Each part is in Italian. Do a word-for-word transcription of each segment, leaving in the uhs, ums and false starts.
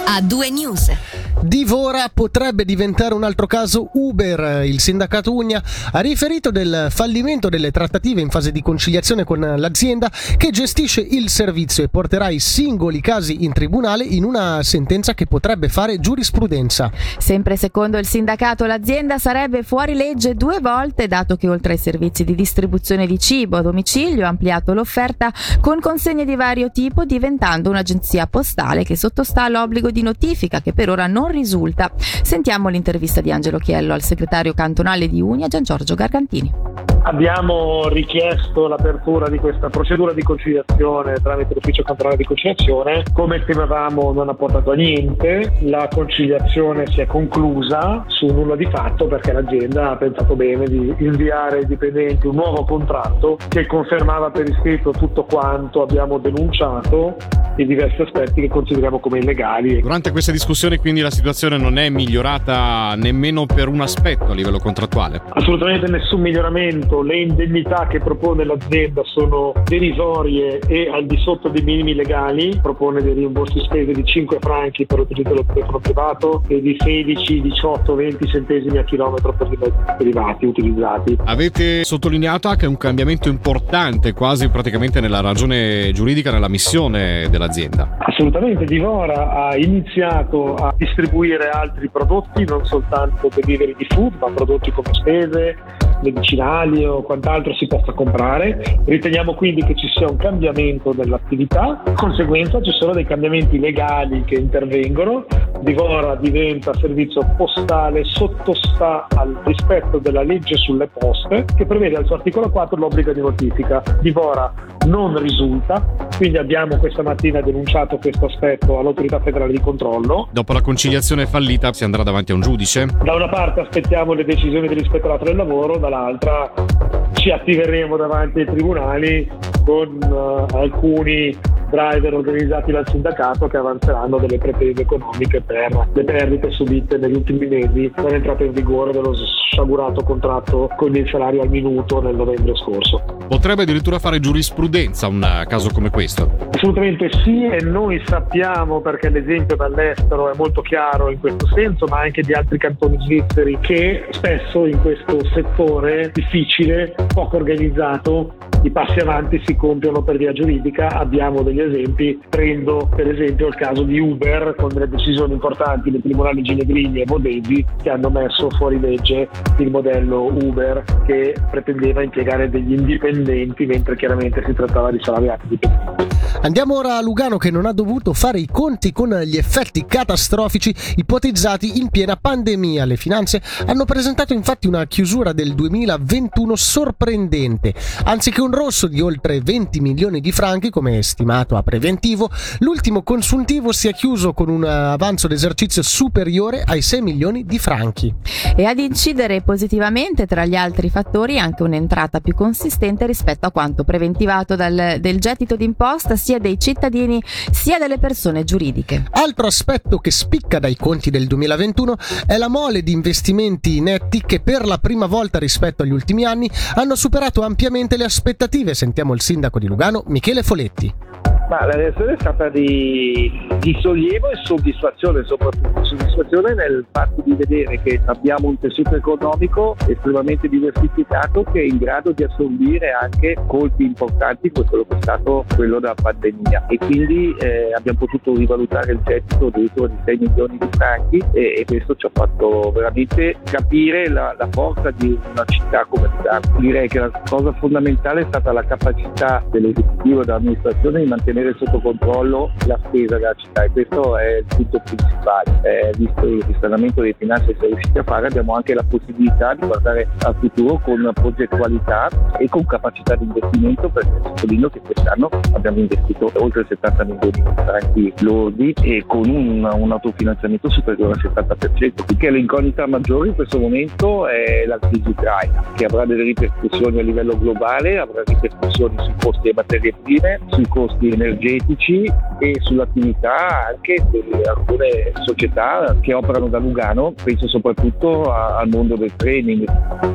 A due News. Divora potrebbe diventare un altro caso Uber. Il sindacato Unia ha riferito del fallimento delle trattative in fase di conciliazione con l'azienda che gestisce il servizio e porterà i singoli casi in tribunale in una sentenza che potrebbe fare giurisprudenza. Sempre secondo il sindacato, l'azienda sarebbe fuori legge due volte, dato che oltre ai servizi di distribuzione di cibo a domicilio ha ampliato l'offerta con consegne di vario tipo, diventando un'agenzia postale che sottostà all'obbligo di notifica che per ora non risulta. Sentiamo l'intervista di Angelo Chiello al segretario cantonale di Unia, Gian Giorgio Gargantini. Abbiamo richiesto l'apertura di questa procedura di conciliazione tramite l'ufficio cantonale di conciliazione. Come temevamo non ha portato a niente, la conciliazione si è conclusa su nulla di fatto perché l'azienda ha pensato bene di inviare ai dipendenti un nuovo contratto che confermava per iscritto tutto quanto abbiamo denunciato e diversi aspetti che consideriamo come illegali. Durante questa discussione quindi la situazione non è migliorata nemmeno per un aspetto a livello contrattuale? Assolutamente nessun miglioramento. Le indennità che propone l'azienda sono derisorie e al di sotto dei minimi legali. Propone dei rimborsi spese di cinque franchi per l'utilizzo del telefono privato e di sedici, diciotto, venti centesimi a chilometro per i mezzi privati utilizzati. Avete sottolineato anche un cambiamento importante, quasi praticamente nella ragione giuridica, nella missione dell'azienda. Assolutamente, Divora ha iniziato a distribuire altri prodotti, non soltanto delivery di food, ma prodotti come spese, medicinali o quant'altro si possa comprare. Riteniamo quindi che ci sia un cambiamento dell'attività, di conseguenza ci sono dei cambiamenti legali che intervengono. Divora diventa servizio postale, sottostà al rispetto della legge sulle poste che prevede al suo articolo quattro l'obbligo di notifica. Divora non risulta, quindi abbiamo questa mattina denunciato questo aspetto all'autorità federale di controllo. Dopo la conciliazione fallita si andrà davanti a un giudice? Da una parte aspettiamo le decisioni dell'ispettorato del lavoro, dall'altra ci attiveremo davanti ai tribunali con uh, alcuni driver organizzati dal sindacato che avanzeranno delle pretese economiche per le perdite subite negli ultimi mesi dall'entrata in vigore dello sciagurato contratto con il salario al minuto nel novembre scorso. Potrebbe addirittura fare giurisprudenza un caso come questo? Assolutamente sì, e noi sappiamo, perché l'esempio dall'estero è molto chiaro in questo senso, ma anche di altri cantoni svizzeri, che spesso in questo settore difficile, poco organizzato, i passi avanti si compiono per via giuridica. Abbiamo degli esempi, prendo per esempio il caso di Uber con delle decisioni importanti dei tribunali Ginevrini e Bodesi che hanno messo fuori legge il modello Uber che pretendeva impiegare degli indipendenti mentre chiaramente si trattava di salariati dipendenti. Andiamo ora a Lugano, che non ha dovuto fare i conti con gli effetti catastrofici ipotizzati in piena pandemia. Le finanze hanno presentato infatti una chiusura del duemilaventuno sorprendente. Anziché un rosso di oltre venti milioni di franchi, come stimato a preventivo, l'ultimo consuntivo si è chiuso con un avanzo d'esercizio superiore ai sei milioni di franchi. E ad incidere positivamente tra gli altri fattori anche un'entrata più consistente rispetto a quanto preventivato dal, del gettito d'imposta sia dei cittadini sia delle persone giuridiche. Altro aspetto che spicca dai conti del duemilaventuno è la mole di investimenti netti che per la prima volta rispetto agli ultimi anni hanno superato ampiamente le aspettative. Sentiamo il sindaco di Lugano, Michele Foletti. Ma la reazione è stata di, di sollievo e soddisfazione, soprattutto soddisfazione nel fatto di vedere che abbiamo un tessuto economico estremamente diversificato che è in grado di assorbire anche colpi importanti come quello che è stato quello della pandemia, e quindi eh, abbiamo potuto rivalutare il gettito addirittura di sei milioni di franchi e, e questo ci ha fatto veramente capire la, la forza di una città come Lugano. Direi che la cosa fondamentale è stata la capacità dell'esecutivo e dell'amministrazione di mantenere sotto controllo la spesa della città, e questo è il punto principale. Eh, visto il risanamento delle finanze che siamo riusciti a fare, abbiamo anche la possibilità di guardare al futuro con progettualità e con capacità di investimento, perché sottolineo che quest'anno abbiamo investito oltre settanta milioni di franchi lordi e con un, un autofinanziamento superiore al settanta per cento, perché l'incognita maggiore in questo momento è la crisi ucraina, che avrà delle ripercussioni a livello globale, avrà ripercussioni sui costi delle materie prime, sui costi energetici e sull'attività anche di alcune società che operano da Lugano, penso soprattutto a, al mondo del training.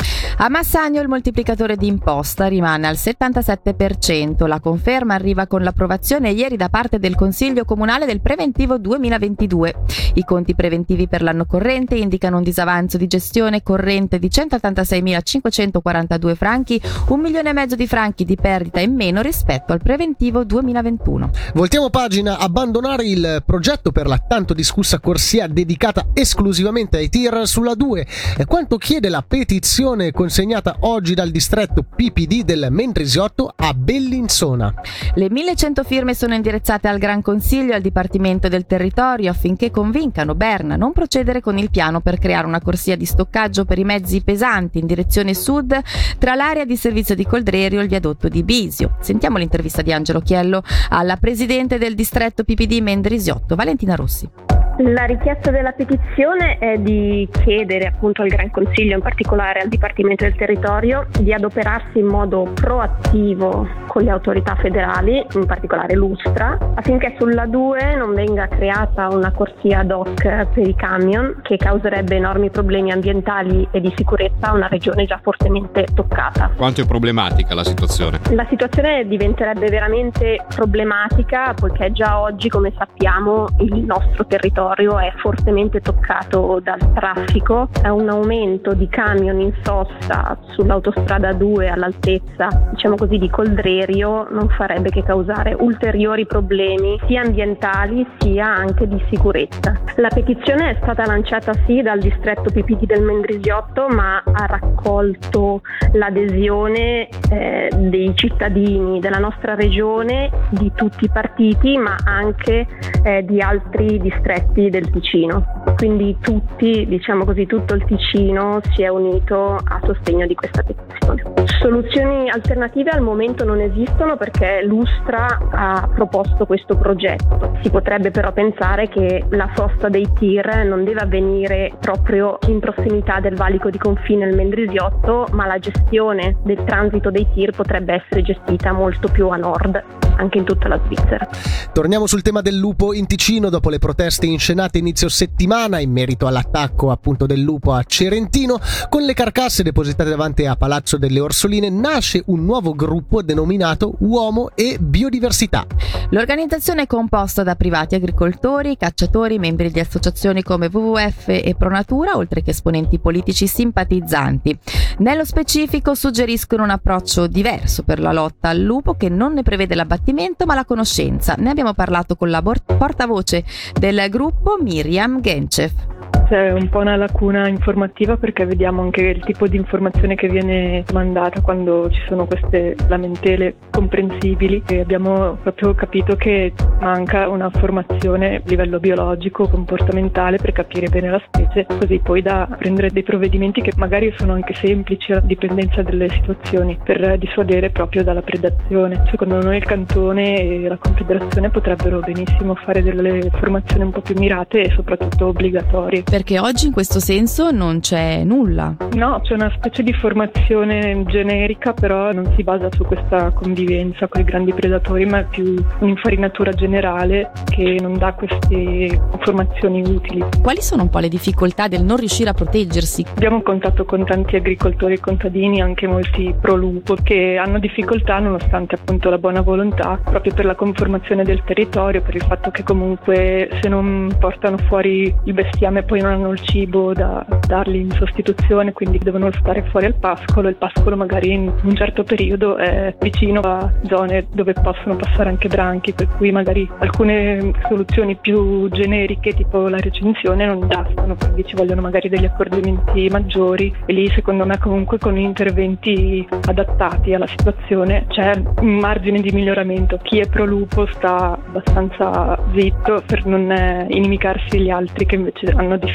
A Massagno il moltiplicatore di imposta rimane al settantasette per cento. La conferma arriva con l'approvazione ieri da parte del Consiglio Comunale del preventivo duemilaventidue. I conti preventivi per l'anno corrente indicano un disavanzo di gestione corrente di centottantaseimilacinquecentoquarantadue franchi, un milione e mezzo di franchi di perdita in meno rispetto al preventivo duemilaventuno. Voltiamo pagina. Abbandonare il progetto per la tanto discussa corsia dedicata esclusivamente ai tir sulla due è quanto chiede la petizione consegnata oggi dal distretto P P D del Mendrisiotto a Bellinzona. Le millecento firme sono indirizzate al Gran Consiglio e al Dipartimento del Territorio affinché convincano Berna a non procedere con il piano per creare una corsia di stoccaggio per i mezzi pesanti in direzione sud tra l'area di servizio di Coldrerio e il viadotto di Bisio. Sentiamo l'intervista di Angelo Chiello alla presidente del distretto P P D Mendrisiotto, Valentina Rossi. La richiesta della petizione è di chiedere appunto al Gran Consiglio, in particolare al Dipartimento del Territorio, di adoperarsi in modo proattivo con le autorità federali, in particolare l'Ustra, affinché sulla due non venga creata una corsia ad hoc per i camion che causerebbe enormi problemi ambientali e di sicurezza a una regione già fortemente toccata. Quanto è problematica la situazione? La situazione diventerebbe veramente problematica poiché già oggi, come sappiamo, il nostro territorio è fortemente toccato dal traffico. È un aumento di camion in sosta sull'autostrada due all'altezza, diciamo così, di Coldrerio non farebbe che causare ulteriori problemi sia ambientali sia anche di sicurezza. La petizione è stata lanciata sì dal distretto P P D del Mendrisiotto, ma ha raccolto l'adesione eh, dei cittadini della nostra regione, di tutti i partiti, ma anche eh, di altri distretti del Ticino. Quindi tutti, diciamo così, tutto il Ticino si è unito a sostegno di questa petizione. Soluzioni alternative al momento non esistono perché l'Ustra ha proposto questo progetto. Si potrebbe però pensare che la sosta dei tir non deve avvenire proprio in prossimità del valico di confine del Mendrisiotto, ma la gestione del transito dei tir potrebbe essere gestita molto più a nord, anche in tutta la Svizzera. Torniamo sul tema del lupo in Ticino. Dopo le proteste inscenate inizio settimana in merito all'attacco appunto del lupo a Cerentino, con le carcasse depositate davanti a Palazzo delle Orsoline, nasce un nuovo gruppo denominato Uomo e Biodiversità. L'organizzazione è composta da privati agricoltori, cacciatori, membri di associazioni come W W F e Pronatura, oltre che esponenti politici simpatizzanti. Nello specifico suggeriscono un approccio diverso per la lotta al lupo che non ne prevede l'abbattimento ma la conoscenza. Ne abbiamo parlato con la portavoce del gruppo, Miriam Gencev. C'è un po' una lacuna informativa perché vediamo anche il tipo di informazione che viene mandata quando ci sono queste lamentele comprensibili, e abbiamo proprio capito che manca una formazione a livello biologico, comportamentale, per capire bene la specie, così poi da prendere dei provvedimenti che magari sono anche semplici a dipendenza delle situazioni per dissuadere proprio dalla predazione. Secondo noi il cantone e la confederazione potrebbero benissimo fare delle formazioni un po' più mirate e soprattutto obbligatorie. Perché oggi in questo senso non c'è nulla. No, c'è una specie di formazione generica, però non si basa su questa convivenza con i grandi predatori, ma è più un'infarinatura generale che non dà queste informazioni utili. Quali sono un po' le difficoltà del non riuscire a proteggersi? Abbiamo un contatto con tanti agricoltori e contadini, anche molti pro lupo, che hanno difficoltà nonostante appunto la buona volontà, proprio per la conformazione del territorio, per il fatto che comunque se non portano fuori il bestiame poi non hanno il cibo da dargli in sostituzione, quindi devono stare fuori al pascolo. Il pascolo magari in un certo periodo è vicino a zone dove possono passare anche branchi, per cui magari alcune soluzioni più generiche tipo la recinzione non bastano, quindi ci vogliono magari degli accorgimenti maggiori, e lì secondo me comunque con interventi adattati alla situazione c'è un margine di miglioramento. Chi è pro lupo sta abbastanza zitto per non inimicarsi gli altri che invece hanno difficoltà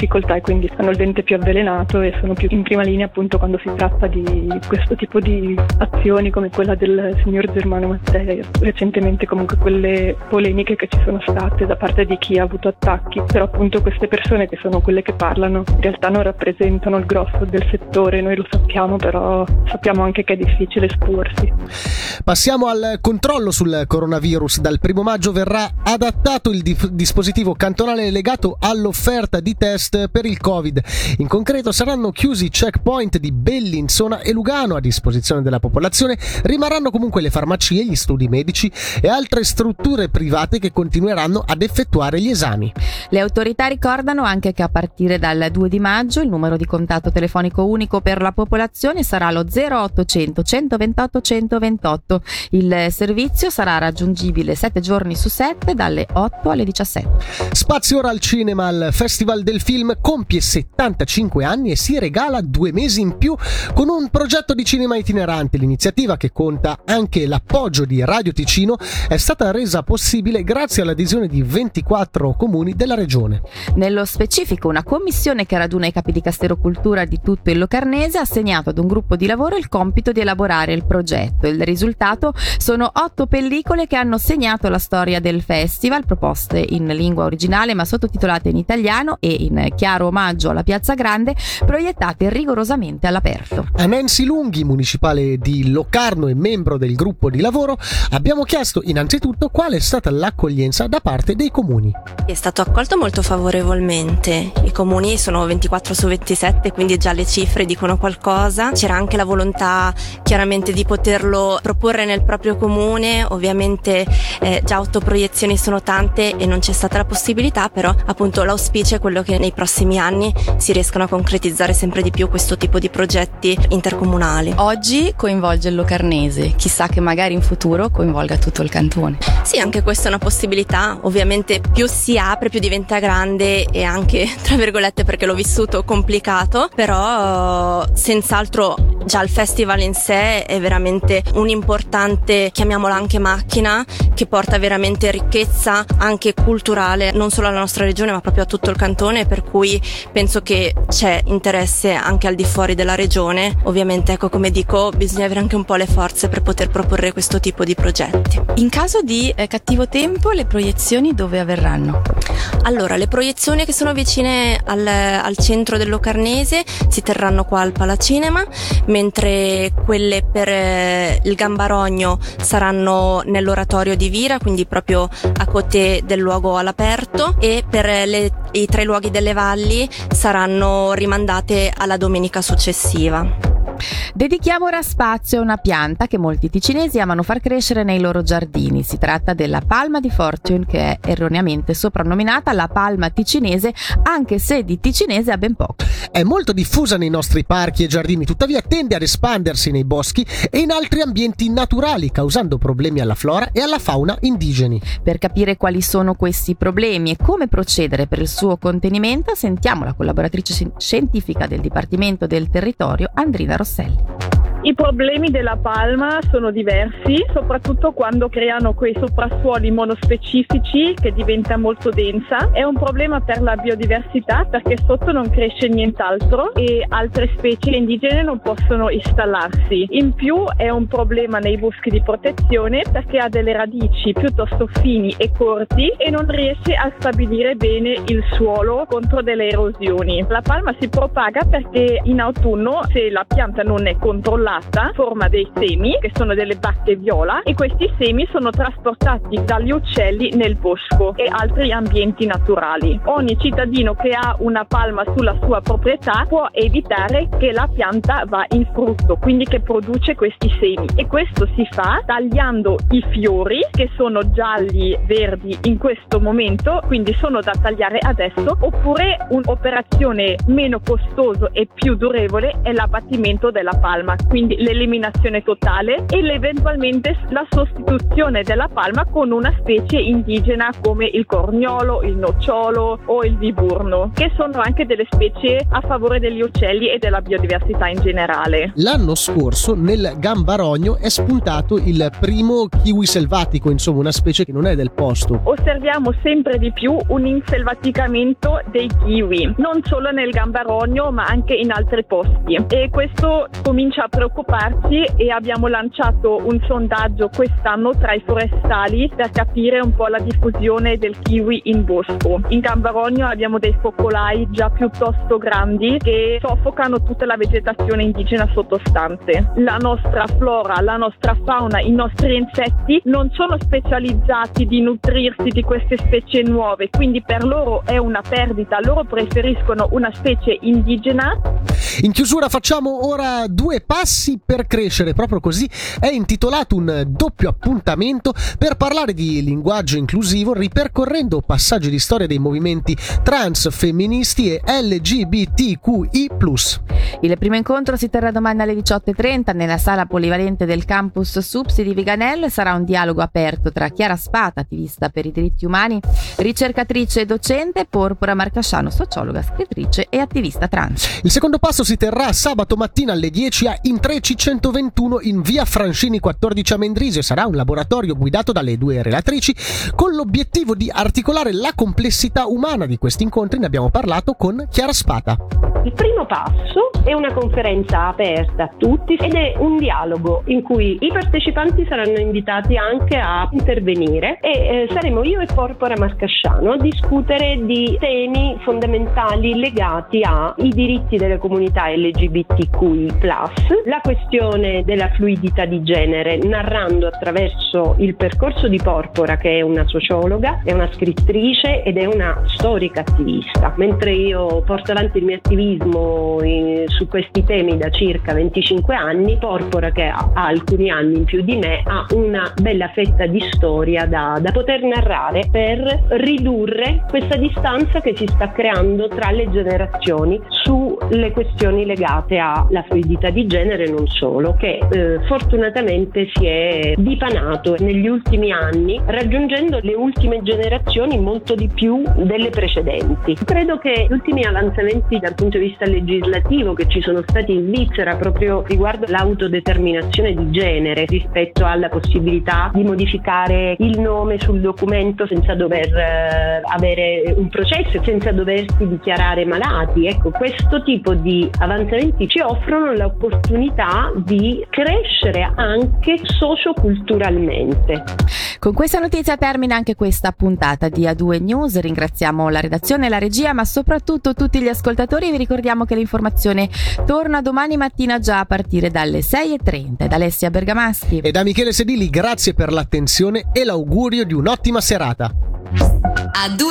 difficoltà e quindi hanno il dente più avvelenato e sono più in prima linea appunto quando si tratta di questo tipo di azioni come quella del signor Germano Mattei. Recentemente comunque quelle polemiche che ci sono state da parte di chi ha avuto attacchi, però appunto queste persone che sono quelle che parlano in realtà non rappresentano il grosso del settore, noi lo sappiamo, però sappiamo anche che è difficile esporsi. Passiamo al controllo sul coronavirus. Dal primo maggio verrà adattato il dif- dispositivo cantonale legato all'offerta di test per il Covid. In concreto saranno chiusi i checkpoint di Bellinzona e Lugano a disposizione della popolazione, rimarranno comunque le farmacie, gli studi medici e altre strutture private che continueranno ad effettuare gli esami. Le autorità ricordano anche che a partire dal due di maggio il numero di contatto telefonico unico per la popolazione sarà lo zero ottocento centoventotto centoventotto. Il servizio sarà raggiungibile sette giorni su sette dalle otto alle diciassette. Spazio ora al cinema. Il Festival del Film compie settantacinque anni e si regala due mesi in più con un progetto di cinema itinerante. L'iniziativa, che conta anche l'appoggio di Radio Ticino, è stata resa possibile grazie all'adesione di ventiquattro comuni della regione. Nello specifico, una commissione che raduna i capi di Castero Cultura di tutto il Locarnese ha assegnato ad un gruppo di lavoro il compito di elaborare il progetto. Il risultato sono otto pellicole che hanno segnato la storia del festival, proposte in lingua originale ma sottotitolate in italiano e in chiaro omaggio alla Piazza Grande, proiettate rigorosamente all'aperto. A Nancy Lunghi, municipale di Locarno e membro del gruppo di lavoro, abbiamo chiesto innanzitutto qual è stata l'accoglienza da parte dei comuni. È stato accolto molto favorevolmente. I comuni sono ventiquattro su ventisette, quindi già le cifre dicono qualcosa. C'era anche la volontà chiaramente di poterlo proporre nel proprio comune. Ovviamente eh, già otto proiezioni sono tante e non c'è stata la possibilità, però appunto l'auspicio è quello che nei prossimi anni si riescano a concretizzare sempre di più questo tipo di progetti intercomunali. Oggi coinvolge il Locarnese, chissà che magari in futuro coinvolga tutto il cantone. Sì, anche questa è una possibilità. Ovviamente più si apre, più diventa grande e anche, tra virgolette, perché l'ho vissuto, complicato, però senz'altro già il festival in sé è veramente un'importante, chiamiamola anche macchina, che porta veramente ricchezza anche culturale, non solo alla nostra regione ma proprio a tutto il cantone, per cui penso che c'è interesse anche al di fuori della regione. Ovviamente, ecco, come dico, bisogna avere anche un po' le forze per poter proporre questo tipo di progetti. In caso di eh, cattivo tempo, le proiezioni dove avverranno? Allora, le proiezioni che sono vicine al, al centro del Locarnese si terranno qua al Palacinema, mentre quelle per eh, il Gambarogno saranno nell'oratorio di Vira, quindi proprio a côté del luogo all'aperto, e per le, i tre luoghi delle valli saranno rimandate alla domenica successiva. Dedichiamo ora spazio a una pianta che molti ticinesi amano far crescere nei loro giardini. Si tratta della palma di Fortune, che è erroneamente soprannominata la palma ticinese, anche se di ticinese ha ben poco. È molto diffusa nei nostri parchi e giardini, tuttavia tende ad espandersi nei boschi e in altri ambienti naturali, causando problemi alla flora e alla fauna indigeni. Per capire quali sono questi problemi e come procedere per il suo contenimento, sentiamo la collaboratrice scientifica del Dipartimento del Territorio, Andrina Rosselli. I problemi della palma sono diversi, soprattutto quando creano quei soprassuoli monospecifici che diventa molto densa. È un problema per la biodiversità perché sotto non cresce nient'altro e altre specie indigene non possono installarsi. In più è un problema nei boschi di protezione perché ha delle radici piuttosto fini e corti e non riesce a stabilire bene il suolo contro delle erosioni. La palma si propaga perché in autunno, se la pianta non è controllata, forma dei semi che sono delle bacche viola e questi semi sono trasportati dagli uccelli nel bosco e altri ambienti naturali. Ogni cittadino che ha una palma sulla sua proprietà può evitare che la pianta va in frutto, quindi che produce questi semi, e questo si fa tagliando i fiori che sono gialli, verdi in questo momento, quindi sono da tagliare adesso, oppure un'operazione meno costosa e più durevole è l'abbattimento della palma. Quindi quindi l'eliminazione totale e eventualmente la sostituzione della palma con una specie indigena come il corniolo, il nocciolo o il viburno, che sono anche delle specie a favore degli uccelli e della biodiversità in generale. L'anno scorso nel Gambarogno è spuntato il primo kiwi selvatico, insomma una specie che non è del posto. Osserviamo sempre di più un inselvaticamento dei kiwi, non solo nel Gambarogno ma anche in altri posti, e questo comincia a preoccuparci e abbiamo lanciato un sondaggio quest'anno tra i forestali per capire un po' la diffusione del kiwi in bosco. In Gambarogno abbiamo dei focolai già piuttosto grandi che soffocano tutta la vegetazione indigena sottostante. La nostra flora, la nostra fauna, i nostri insetti non sono specializzati di nutrirsi di queste specie nuove, quindi per loro è una perdita, loro preferiscono una specie indigena. In chiusura facciamo ora due passi per crescere, proprio così è intitolato un doppio appuntamento per parlare di linguaggio inclusivo ripercorrendo passaggi di storia dei movimenti trans, femministi e L G B T Q I plus. Il primo incontro si terrà domani alle diciotto e trenta nella sala polivalente del campus SUPSI di Viganello e sarà un dialogo aperto tra Chiara Spata, attivista per i diritti umani, ricercatrice e docente, e Porpora Marcasciano, sociologa, scrittrice e attivista trans. Il secondo passo si terrà sabato mattina alle dieci a Intreci centoventuno in via Francini quattordici a Mendrisio e sarà un laboratorio guidato dalle due relatrici con l'obiettivo di articolare la complessità umana di questi incontri. Ne abbiamo parlato con Chiara Spata. Il primo passo è una conferenza aperta a tutti ed è un dialogo in cui i partecipanti saranno invitati anche a intervenire e eh, saremo io e Porpora Marcasciano a discutere di temi fondamentali legati ai diritti delle comunità L G B T Q I plus, la questione della fluidità di genere, narrando attraverso il percorso di Porpora, che è una sociologa, è una scrittrice ed è una storica attivista, mentre io porto avanti il mio attivismo in, su questi temi da circa venticinque anni. Porpora, che ha, ha alcuni anni in più di me, ha una bella fetta di storia da, da poter narrare per ridurre questa distanza che si sta creando tra le generazioni sulle questioni legate alla fluidità di genere, non solo, che eh, fortunatamente si è dipanato negli ultimi anni, raggiungendo le ultime generazioni molto di più delle precedenti. Credo che gli ultimi avanzamenti dal punto di vista legislativo che ci sono stati in Svizzera proprio riguardo l'autodeterminazione di genere, rispetto alla possibilità di modificare il nome sul documento senza dover eh, avere un processo, senza doversi dichiarare malati. Ecco, questo tipo di avanzamenti ci offrono l'opportunità di crescere anche socioculturalmente. Con questa notizia termina anche questa puntata di A due News. Ringraziamo la redazione e la regia, ma soprattutto tutti gli ascoltatori. Vi ricordiamo che l'informazione torna domani mattina già a partire dalle sei e trenta. Da Alessia Bergamaschi e da Michele Sedili, grazie per l'attenzione e l'augurio di un'ottima serata. A due